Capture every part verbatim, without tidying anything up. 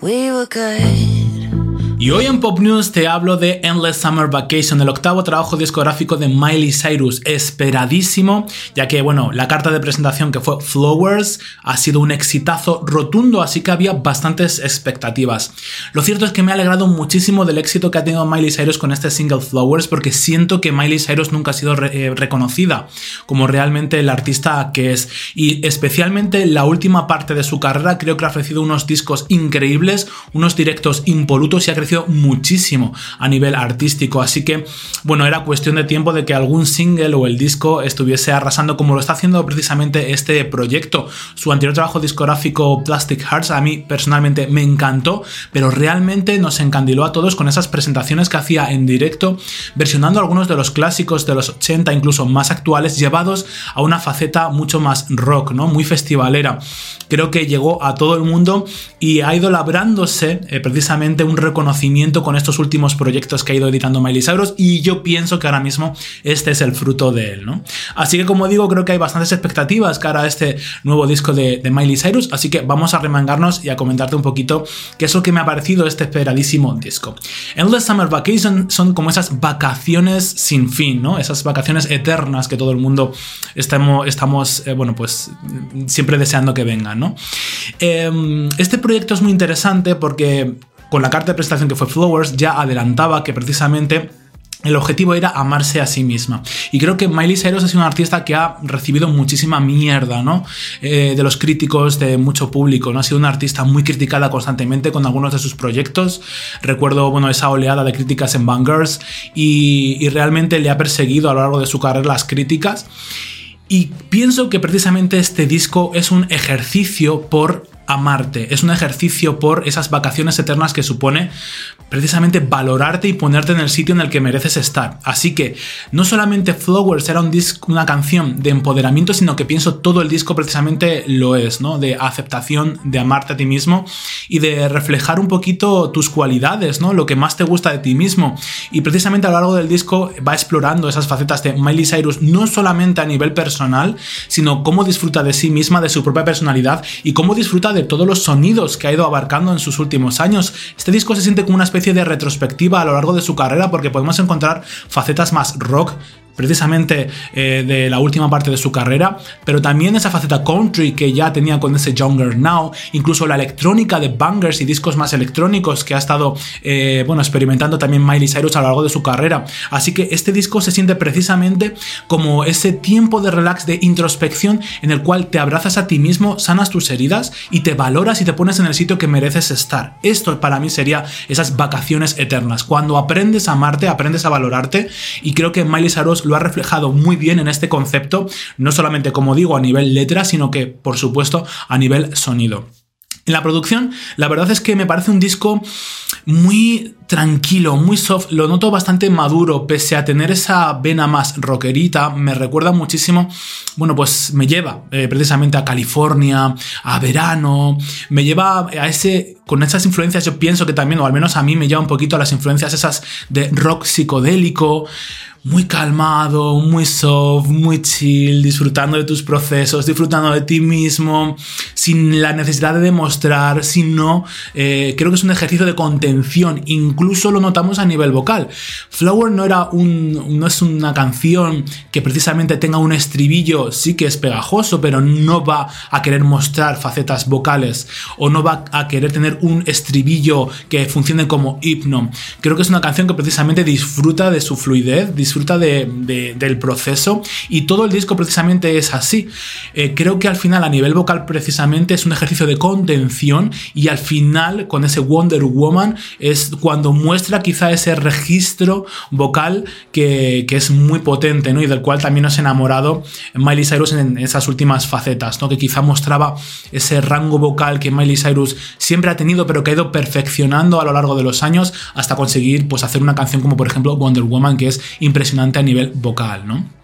We were good. Y hoy en Pop News te hablo de Endless Summer Vacation, el octavo trabajo discográfico de Miley Cyrus, esperadísimo, ya que, bueno, la carta de presentación que fue Flowers ha sido un exitazo rotundo, así que había bastantes expectativas. Lo cierto es que me ha alegrado muchísimo del éxito que ha tenido Miley Cyrus con este single Flowers, porque siento que Miley Cyrus nunca ha sido re- eh, reconocida como realmente el artista que es, y especialmente la última parte de su carrera creo que ha ofrecido unos discos increíbles, unos directos impolutos y ha crecido muchísimo a nivel artístico, así que bueno, era cuestión de tiempo de que algún single o el disco estuviese arrasando como lo está haciendo precisamente este proyecto. Su anterior trabajo discográfico Plastic Hearts a mí personalmente me encantó, pero realmente nos encandiló a todos con esas presentaciones que hacía en directo, versionando algunos de los clásicos de los ochenta, incluso más actuales, llevados a una faceta mucho más rock, ¿no? Muy festivalera. Creo que llegó a todo el mundo y ha ido labrándose eh, precisamente un reconocimiento con estos últimos proyectos que ha ido editando Miley Cyrus, y yo pienso que ahora mismo este es el fruto de él, ¿no? Así que, como digo, creo que hay bastantes expectativas cara a este nuevo disco de, de Miley Cyrus, así que vamos a remangarnos y a comentarte un poquito qué es lo que me ha parecido este esperadísimo disco. Endless Summer Vacation son como esas vacaciones sin fin, ¿no? Esas vacaciones eternas que todo el mundo estamos, estamos eh, bueno, pues siempre deseando que vengan, ¿no? Eh, este proyecto es muy interesante porque con la carta de presentación que fue Flowers ya adelantaba que precisamente el objetivo era amarse a sí misma. Y creo que Miley Cyrus ha sido una artista que ha recibido muchísima mierda, ¿no? Eh, de los críticos, de mucho público, ¿no? Ha sido una artista muy criticada constantemente con algunos de sus proyectos. Recuerdo, bueno, esa oleada de críticas en Bangers y, y realmente le ha perseguido a lo largo de su carrera las críticas. Y pienso que precisamente este disco es un ejercicio por amarte, es un ejercicio por esas vacaciones eternas que supone precisamente valorarte y ponerte en el sitio en el que mereces estar. Así que no solamente Flowers era un disco, una canción de empoderamiento, sino que pienso todo el disco precisamente lo es, ¿no? De aceptación, de amarte a ti mismo y de reflejar un poquito tus cualidades, ¿no? Lo que más te gusta de ti mismo. Y precisamente a lo largo del disco va explorando esas facetas de Miley Cyrus, no solamente a nivel personal, sino cómo disfruta de sí misma, de su propia personalidad y cómo disfruta de todos los sonidos que ha ido abarcando en sus últimos años. Este disco se siente como una especie de retrospectiva a lo largo de su carrera, porque podemos encontrar facetas más rock precisamente eh, de la última parte de su carrera, pero también esa faceta country que ya tenía con ese Younger Now, incluso la electrónica de bangers y discos más electrónicos que ha estado eh, bueno, experimentando también Miley Cyrus a lo largo de su carrera. Así que este disco se siente precisamente como ese tiempo de relax, de introspección, en el cual te abrazas a ti mismo, sanas tus heridas y te valoras y te pones en el sitio que mereces estar. Esto para mí sería esas vacaciones eternas, cuando aprendes a amarte, aprendes a valorarte, y creo que Miley Cyrus lo ha reflejado muy bien en este concepto, no solamente, como digo, a nivel letra, sino que, por supuesto, a nivel sonido. En la producción, la verdad es que me parece un disco muy tranquilo, muy soft, lo noto bastante maduro, pese a tener esa vena más rockerita. Me recuerda muchísimo, bueno, pues me lleva eh, precisamente a California, a verano, me lleva a ese, con esas influencias yo pienso que también, o al menos a mí me lleva un poquito a las influencias esas de rock psicodélico, muy calmado, muy soft, muy chill, disfrutando de tus procesos, disfrutando de ti mismo, sin la necesidad de demostrar, sino eh, creo que es un ejercicio de contención. Incluso lo notamos a nivel vocal. Flower no era un, no es una canción que precisamente tenga un estribillo, sí que es pegajoso, pero no va a querer mostrar facetas vocales o no va a querer tener un estribillo que funcione como himno. Creo que es una canción que precisamente disfruta de su fluidez, disfruta de, de, del proceso, y todo el disco precisamente es así. Eh, creo que al final a nivel vocal precisamente es un ejercicio de contención, y al final con ese Wonder Woman es cuando muestra quizá ese registro vocal que, que es muy potente, ¿no? Y del cual también nos ha enamorado Miley Cyrus en esas últimas facetas, ¿no? Que quizá mostraba ese rango vocal que Miley Cyrus siempre ha tenido, pero que ha ido perfeccionando a lo largo de los años hasta conseguir pues hacer una canción como por ejemplo Wonder Woman, que es impresionante a nivel vocal, ¿no?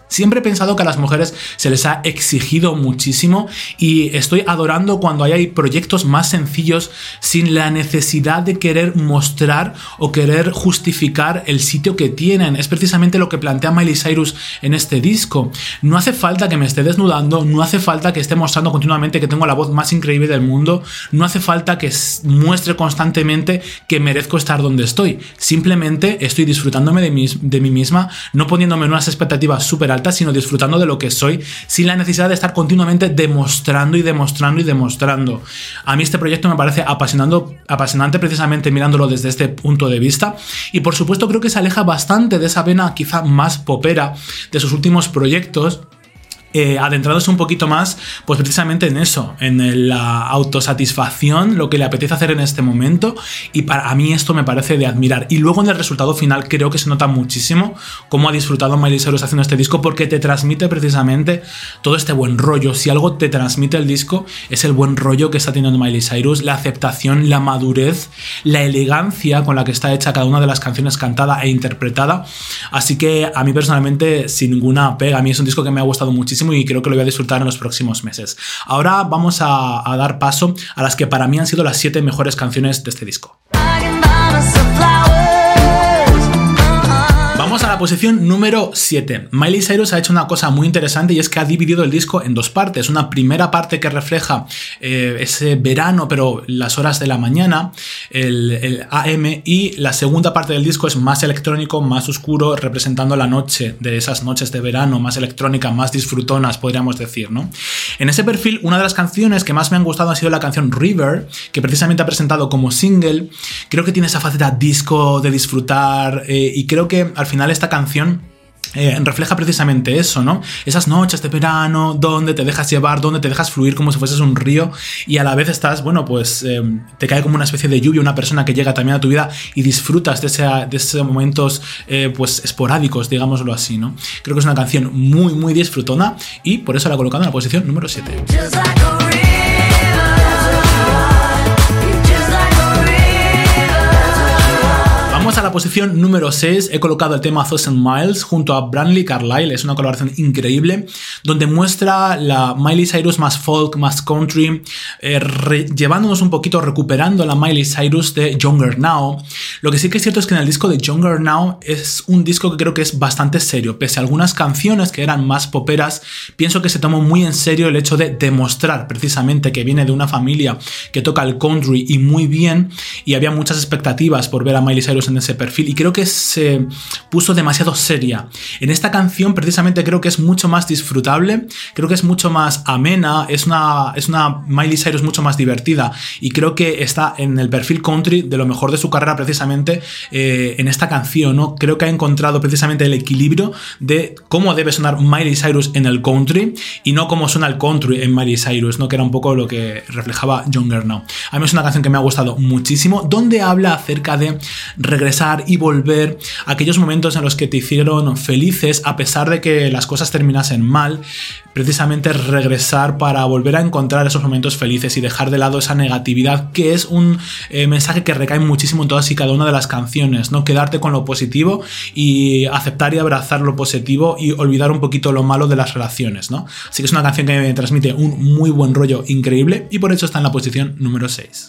Siempre he pensado que a las mujeres se les ha exigido muchísimo y estoy adorando cuando hay proyectos más sencillos sin la necesidad de querer mostrar o querer justificar el sitio que tienen. Es precisamente lo que plantea Miley Cyrus en este disco. No hace falta que me esté desnudando, no hace falta que esté mostrando continuamente que tengo la voz más increíble del mundo, no hace falta que muestre constantemente que merezco estar donde estoy. Simplemente estoy disfrutándome de mí, de mí misma, no poniéndome unas expectativas súper altas, sino disfrutando de lo que soy sin la necesidad de estar continuamente demostrando y demostrando y demostrando. A mí este proyecto me parece apasionando, apasionante precisamente mirándolo desde este punto de vista y por supuesto creo que se aleja bastante de esa vena quizá más popera de sus últimos proyectos. Eh, adentrándose un poquito más pues precisamente en eso, en la autosatisfacción, lo que le apetece hacer en este momento, y para mí esto me parece de admirar. Y luego en el resultado final creo que se nota muchísimo cómo ha disfrutado Miley Cyrus haciendo este disco, porque te transmite precisamente todo este buen rollo. Si algo te transmite el disco es el buen rollo que está teniendo Miley Cyrus, la aceptación, la madurez, la elegancia con la que está hecha cada una de las canciones cantada e interpretada. Así que a mí personalmente, sin ninguna pega, a mí es un disco que me ha gustado muchísimo y creo que lo voy a disfrutar en los próximos meses. Ahora vamos a, a dar paso a las que para mí han sido las siete mejores canciones de este disco. Vamos a la posición número siete. Miley Cyrus ha hecho una cosa muy interesante y es que ha dividido el disco en dos partes. Una primera parte que refleja eh, ese verano, pero las horas de la mañana, el, el A M, y la segunda parte del disco es más electrónico, más oscuro, representando la noche, de esas noches de verano, más electrónica, más disfrutonas, podríamos decir, ¿no? En ese perfil, una de las canciones que más me han gustado ha sido la canción River, que precisamente ha presentado como single. Creo que tiene esa faceta disco de disfrutar eh, y creo que al final esta canción Eh, refleja precisamente eso, ¿no? Esas noches de verano donde te dejas llevar, donde te dejas fluir como si fueses un río y a la vez estás, bueno, pues eh, te cae como una especie de lluvia, una persona que llega también a tu vida y disfrutas de, ese, de esos momentos eh, pues esporádicos, digámoslo así, ¿no? Creo que es una canción muy, muy disfrutona y por eso la he colocado en la posición número siete. Vamos a la posición número seis. He colocado el tema Thousand Miles junto a Brandi Carlile. Es una colaboración increíble donde muestra la Miley Cyrus más folk, más country, eh, re, llevándonos un poquito, recuperando la Miley Cyrus de Younger Now. Lo que sí que es cierto es que en el disco de Younger Now es un disco que creo que es bastante serio. Pese a algunas canciones que eran más poperas, pienso que se tomó muy en serio el hecho de demostrar precisamente que viene de una familia que toca el country y muy bien, y había muchas expectativas por ver a Miley Cyrus en ese perfil y creo que se puso demasiado seria. En esta canción precisamente creo que es mucho más disfrutable, creo que es mucho más amena, es una, es una Miley Cyrus mucho más divertida y creo que está en el perfil country de lo mejor de su carrera precisamente eh, en esta canción, ¿no? Creo que ha encontrado precisamente el equilibrio de cómo debe sonar Miley Cyrus en el country y no cómo suena el country en Miley Cyrus, ¿no? Que era un poco lo que reflejaba Younger Now. A mí es una canción que me ha gustado muchísimo, donde habla acerca de regresar y volver a aquellos momentos en los que te hicieron felices a pesar de que las cosas terminasen mal, precisamente regresar para volver a encontrar esos momentos felices y dejar de lado esa negatividad, que es un eh, mensaje que recae muchísimo en todas y cada una de las canciones, ¿no? Quedarte con lo positivo y aceptar y abrazar lo positivo y olvidar un poquito lo malo de las relaciones, ¿no? Así que es una canción que me transmite un muy buen rollo increíble y por eso está en la posición número seis.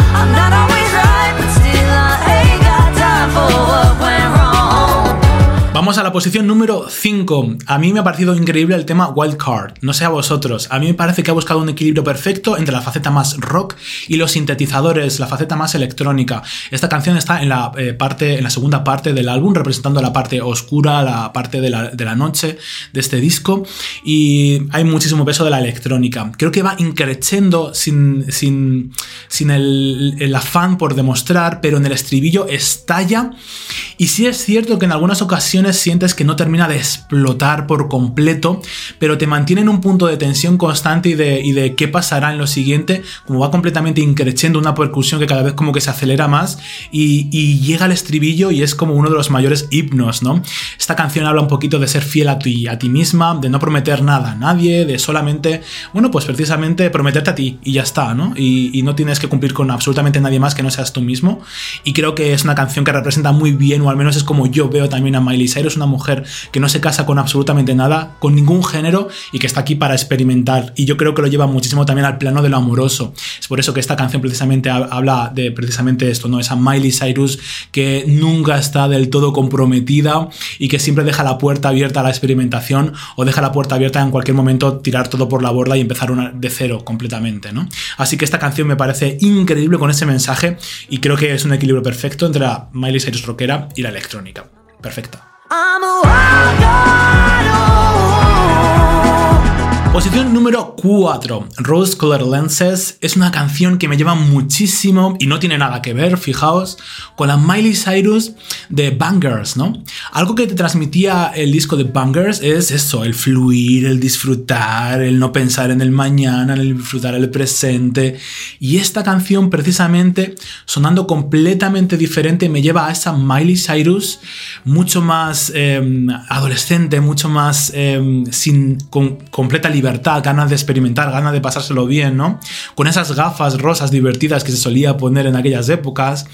Vamos a la posición número cinco. A mí me ha parecido increíble el tema Wild Card. No sé a vosotros. A mí me parece que ha buscado un equilibrio perfecto entre la faceta más rock y los sintetizadores, la faceta más electrónica. Esta canción está en la, eh, parte, en la segunda parte del álbum, representando la parte oscura, la parte de la, de la noche de este disco. Y hay muchísimo peso de la electrónica. Creo que va increciendo sin, sin, sin el, el afán por demostrar, pero en el estribillo estalla. Y sí es cierto que en algunas ocasiones sientes que no termina de explotar por completo, pero te mantiene en un punto de tensión constante y de, y de qué pasará en lo siguiente, como va completamente increciendo una percusión que cada vez como que se acelera más y, y llega al estribillo y es como uno de los mayores himnos, ¿no? Esta canción habla un poquito de ser fiel a ti, a ti misma, de no prometer nada a nadie, de solamente, bueno, pues precisamente prometerte a ti y ya está, ¿no? Y, y no tienes que cumplir con absolutamente nadie más que no seas tú mismo, y creo que es una canción que representa muy bien, o al menos es como yo veo también a Miley Cyrus Cyrus es una mujer que no se casa con absolutamente nada, con ningún género, y que está aquí para experimentar, y yo creo que lo lleva muchísimo también al plano de lo amoroso. Es por eso que esta canción precisamente habla de precisamente esto, ¿no? Esa Miley Cyrus que nunca está del todo comprometida y que siempre deja la puerta abierta a la experimentación, o deja la puerta abierta en cualquier momento tirar todo por la borda y empezar una de cero completamente, ¿no? Así que esta canción me parece increíble con ese mensaje, y creo que es un equilibrio perfecto entre la Miley Cyrus rockera y la electrónica. Perfecta. Posición número cuatro, Rose Colored Lenses. Es una canción que me lleva muchísimo y no tiene nada que ver, fijaos, con la Miley Cyrus de Bangers, ¿no? Algo que te transmitía el disco de Bangers es eso, el fluir, el disfrutar, el no pensar en el mañana, el disfrutar el presente. Y esta canción, precisamente, sonando completamente diferente, me lleva a esa Miley Cyrus mucho más eh, adolescente, mucho más eh, sin con, completa libertad. Libertad, ganas de experimentar, ganas de pasárselo bien, ¿no? Con esas gafas rosas divertidas que se solía poner en aquellas épocas,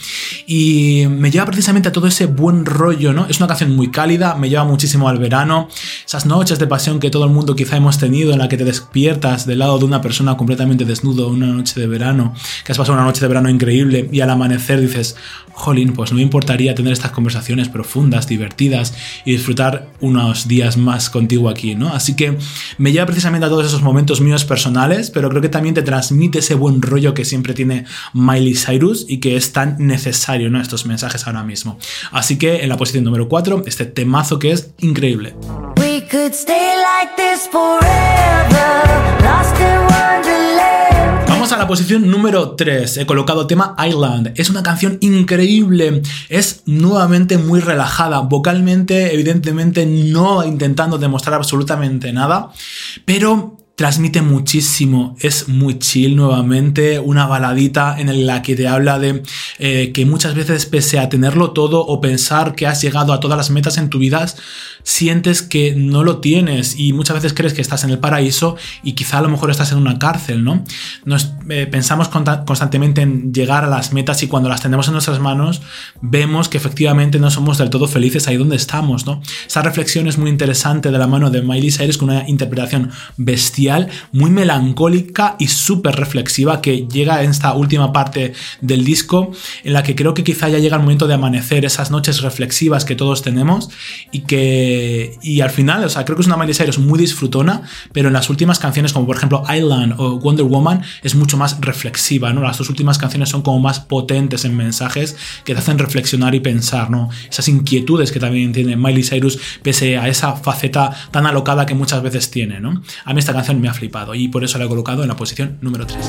y me lleva precisamente a todo ese buen rollo, ¿no? Es una canción muy cálida, me lleva muchísimo al verano, esas noches de pasión que todo el mundo quizá hemos tenido, en la que te despiertas del lado de una persona completamente desnudo, una noche de verano, que has pasado una noche de verano increíble, y al amanecer dices, jolín, pues no me importaría tener estas conversaciones profundas, divertidas, y disfrutar unos días más contigo aquí, ¿no? Así que me lleva precisamente a todos esos momentos míos personales, pero creo que también te transmite ese buen rollo que siempre tiene Miley Cyrus y que es tan necesario, ¿no? Estos mensajes ahora mismo. Así que en la posición número cuatro, este temazo que es increíble. We could stay like this forever, lost in wonderland. Vamos a la posición número tres, he colocado tema Island. Es una canción increíble, es nuevamente muy relajada, vocalmente evidentemente no intentando demostrar absolutamente nada, pero transmite muchísimo, es muy chill nuevamente, una baladita en la que te habla de eh, que muchas veces, pese a tenerlo todo o pensar que has llegado a todas las metas en tu vida, sientes que no lo tienes, y muchas veces crees que estás en el paraíso y quizá a lo mejor estás en una cárcel, ¿no? Nos eh, pensamos constantemente en llegar a las metas, y cuando las tenemos en nuestras manos vemos que efectivamente no somos del todo felices ahí donde estamos, ¿no? Esa reflexión es muy interesante de la mano de Miley Cyrus, con una interpretación bestial, muy melancólica y súper reflexiva, que llega en esta última parte del disco, en la que creo que quizá ya llega el momento de amanecer, esas noches reflexivas que todos tenemos, y que y al final, o sea, creo que es una Miley Cyrus muy disfrutona, pero en las últimas canciones, como por ejemplo Island o Wonder Woman, es mucho más reflexiva, ¿no? Las dos últimas canciones son como más potentes en mensajes que te hacen reflexionar y pensar, ¿no? Esas inquietudes que también tiene Miley Cyrus, pese a esa faceta tan alocada que muchas veces tiene, ¿no? A mí esta canción me ha flipado, y por eso la he colocado en la posición número tres.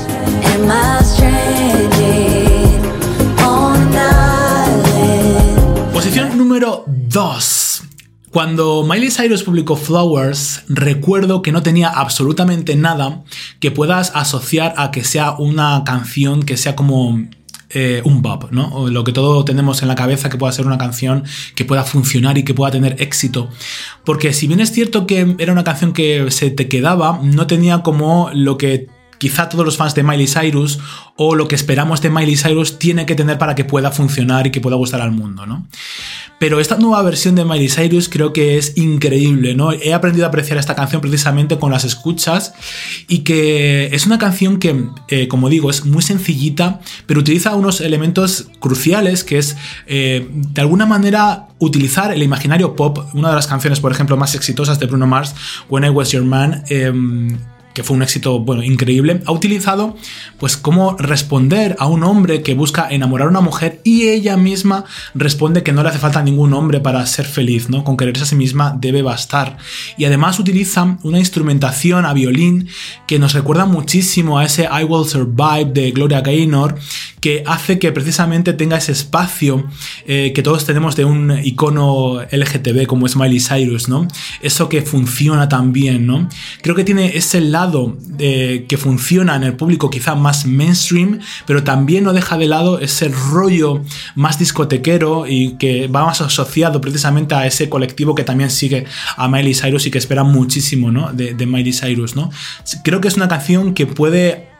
Posición número dos. Cuando Miley Cyrus publicó Flowers, recuerdo que no tenía absolutamente nada que puedas asociar a que sea una canción que sea como eh, un bop, ¿no? O lo que todos tenemos en la cabeza que pueda ser una canción que pueda funcionar y que pueda tener éxito. Porque si bien es cierto que era una canción que se te quedaba, no tenía como lo que quizá todos los fans de Miley Cyrus o lo que esperamos de Miley Cyrus tiene que tener para que pueda funcionar y que pueda gustar al mundo, ¿no? Pero esta nueva versión de Miley Cyrus creo que es increíble, ¿no? He aprendido a apreciar esta canción precisamente con las escuchas, y que es una canción que, eh, como digo, es muy sencillita, pero utiliza unos elementos cruciales, que es, eh, de alguna manera, utilizar el imaginario pop. Una de las canciones, por ejemplo, más exitosas de Bruno Mars, When I Was Your Man, eh, que fue un éxito, bueno, increíble, ha utilizado pues cómo responder a un hombre que busca enamorar a una mujer, y ella misma responde que no le hace falta ningún hombre para ser feliz, ¿no? Con quererse a sí misma debe bastar. Y además utiliza una instrumentación a violín que nos recuerda muchísimo a ese I Will Survive de Gloria Gaynor, que hace que precisamente tenga ese espacio eh, que todos tenemos de un icono L G T B como es Miley Cyrus, ¿no? Eso que funciona también, ¿no? Creo que tiene ese lado de, que funciona en el público quizá más mainstream, pero también no deja de lado ese rollo más discotequero y que va más asociado precisamente a ese colectivo que también sigue a Miley Cyrus y que espera muchísimo, ¿no? de, de Miley Cyrus, ¿no? Creo que es una canción que puede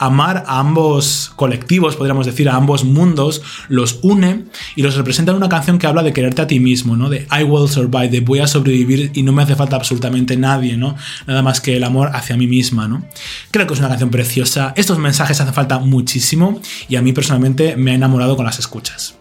amar a ambos colectivos, podríamos decir, a ambos mundos, los une y los representa en una canción que habla de quererte a ti mismo, ¿no? De I will survive, de voy a sobrevivir y no me hace falta absolutamente nadie, ¿no? Nada más que el amor hacia mí misma, ¿no? Creo que es una canción preciosa, estos mensajes hacen falta muchísimo y a mí personalmente me ha enamorado con las escuchas.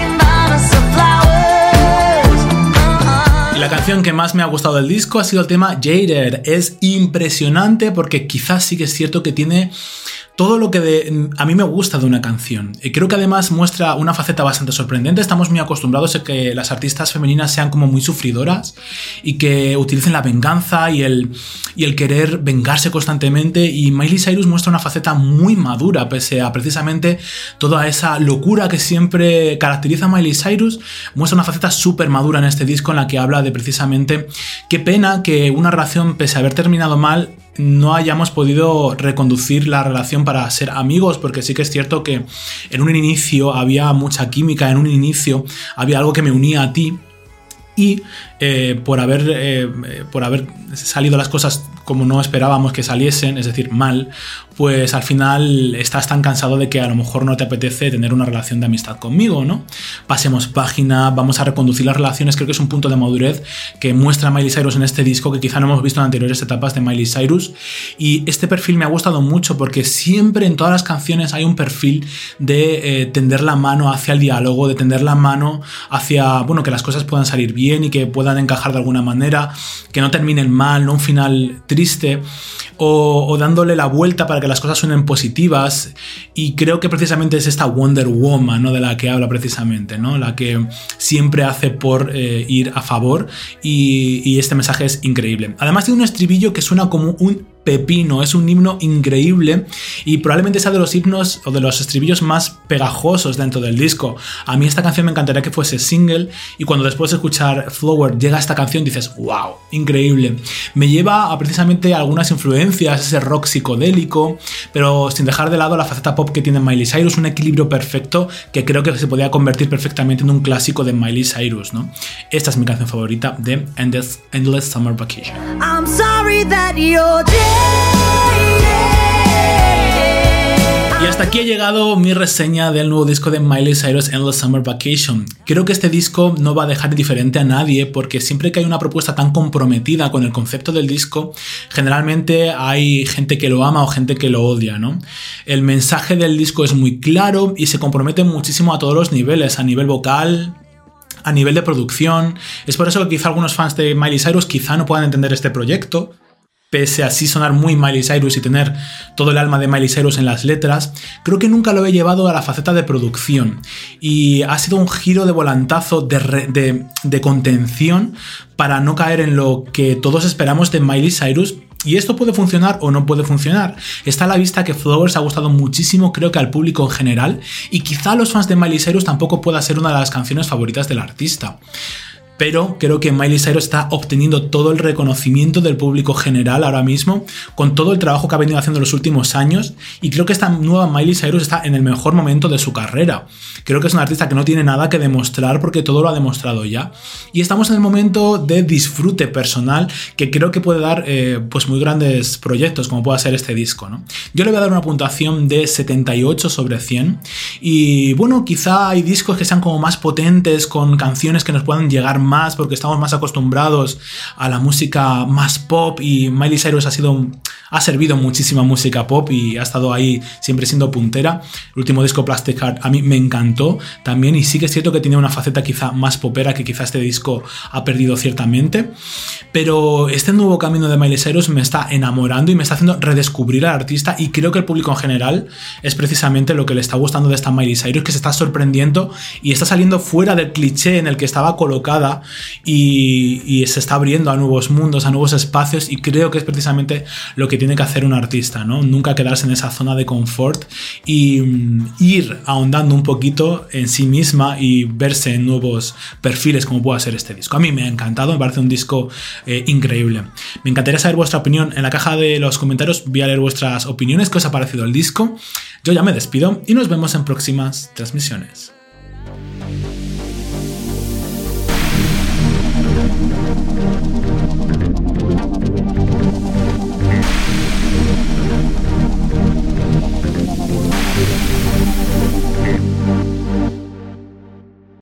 La canción que más me ha gustado del disco ha sido el tema Jaded. Es impresionante porque quizás sí que es cierto que tiene todo lo que de, a mí me gusta de una canción. Y creo que además muestra una faceta bastante sorprendente. Estamos muy acostumbrados a que las artistas femeninas sean como muy sufridoras y que utilicen la venganza y el, y el querer vengarse constantemente. Y Miley Cyrus muestra una faceta muy madura, pese a precisamente toda esa locura que siempre caracteriza a Miley Cyrus. Muestra una faceta súper madura en este disco en la que habla de precisamente qué pena que una relación, pese a haber terminado mal, no hayamos podido reconducir la relación para ser amigos, porque sí que es cierto que en un inicio había mucha química, en un inicio había algo que me unía a ti y eh, por, haber, eh, por haber salido las cosas como no esperábamos que saliesen, es decir, mal, pues al final estás tan cansado de que a lo mejor no te apetece tener una relación de amistad conmigo, ¿no? Pasemos página, vamos a reconducir las relaciones. Creo que es un punto de madurez que muestra Miley Cyrus en este disco que quizá no hemos visto en anteriores etapas de Miley Cyrus, y este perfil me ha gustado mucho porque siempre en todas las canciones hay un perfil de eh, tender la mano hacia el diálogo, de tender la mano hacia, bueno, que las cosas puedan salir bien y que puedan encajar de alguna manera, que no terminen mal, no un final triste, o, o dándole la vuelta para que las cosas suenen positivas. Y creo que precisamente es esta Wonder Woman, ¿no?, de la que habla precisamente, ¿no?, la que siempre hace por eh, ir a favor, y, y este mensaje es increíble. Además tiene un estribillo que suena como un pepino, es un himno increíble y probablemente sea de los himnos o de los estribillos más pegajosos dentro del disco. A mí esta canción me encantaría que fuese single, y cuando después de escuchar Flower llega esta canción dices wow, increíble. Me lleva a precisamente algunas influencias, ese rock psicodélico, pero sin dejar de lado la faceta pop que tiene Miley Cyrus, un equilibrio perfecto que creo que se podría convertir perfectamente en un clásico de Miley Cyrus, ¿no? Esta es mi canción favorita de Endless, Endless Summer Vacation. I'm sorry that you're dead. Y hasta aquí ha llegado mi reseña del nuevo disco de Miley Cyrus, Endless Summer Vacation. Creo que este disco no va a dejar indiferente a nadie, porque siempre que hay una propuesta tan comprometida con el concepto del disco, generalmente hay gente que lo ama o gente que lo odia, ¿no? El mensaje del disco es muy claro y se compromete muchísimo a todos los niveles, a nivel vocal, a nivel de producción. Es por eso que quizá algunos fans de Miley Cyrus quizá no puedan entender este proyecto, pese a sí sonar muy Miley Cyrus y tener todo el alma de Miley Cyrus en las letras. Creo que nunca lo he llevado a la faceta de producción, y ha sido un giro de volantazo, de, re, de, de contención, para no caer en lo que todos esperamos de Miley Cyrus. Y esto puede funcionar o no puede funcionar. Está a la vista que Flowers ha gustado muchísimo, creo que al público en general, y quizá a los fans de Miley Cyrus tampoco pueda ser una de las canciones favoritas del artista. Pero creo que Miley Cyrus está obteniendo todo el reconocimiento del público general ahora mismo, con todo el trabajo que ha venido haciendo en los últimos años, y creo que esta nueva Miley Cyrus está en el mejor momento de su carrera. Creo que es una artista que no tiene nada que demostrar porque todo lo ha demostrado ya, y estamos en el momento de disfrute personal que creo que puede dar eh, pues muy grandes proyectos, como pueda ser este disco, ¿no? Yo le voy a dar una puntuación de setenta y ocho sobre cien, y bueno, quizá hay discos que sean como más potentes, con canciones que nos puedan llegar más porque estamos más acostumbrados a la música más pop, y Miley Cyrus ha sido ha servido muchísima música pop y ha estado ahí siempre siendo puntera. El último disco, Plastic Heart, a mí me encantó también, y sí que es cierto que tiene una faceta quizá más popera que quizá este disco ha perdido ciertamente, pero este nuevo camino de Miley Cyrus me está enamorando y me está haciendo redescubrir al artista, y creo que el público en general es precisamente lo que le está gustando de esta Miley Cyrus, que se está sorprendiendo y está saliendo fuera del cliché en el que estaba colocada, y, y se está abriendo a nuevos mundos, a nuevos espacios, y creo que es precisamente lo que tiene que hacer un artista, ¿no? Nunca quedarse en esa zona de confort y um, ir ahondando un poquito en sí misma y verse en nuevos perfiles, como pueda ser este disco. A mí me ha encantado, me parece un disco eh, increíble. Me encantaría saber vuestra opinión en la caja de los comentarios. Voy a leer vuestras opiniones, qué os ha parecido el disco. Yo ya me despido y nos vemos en próximas transmisiones.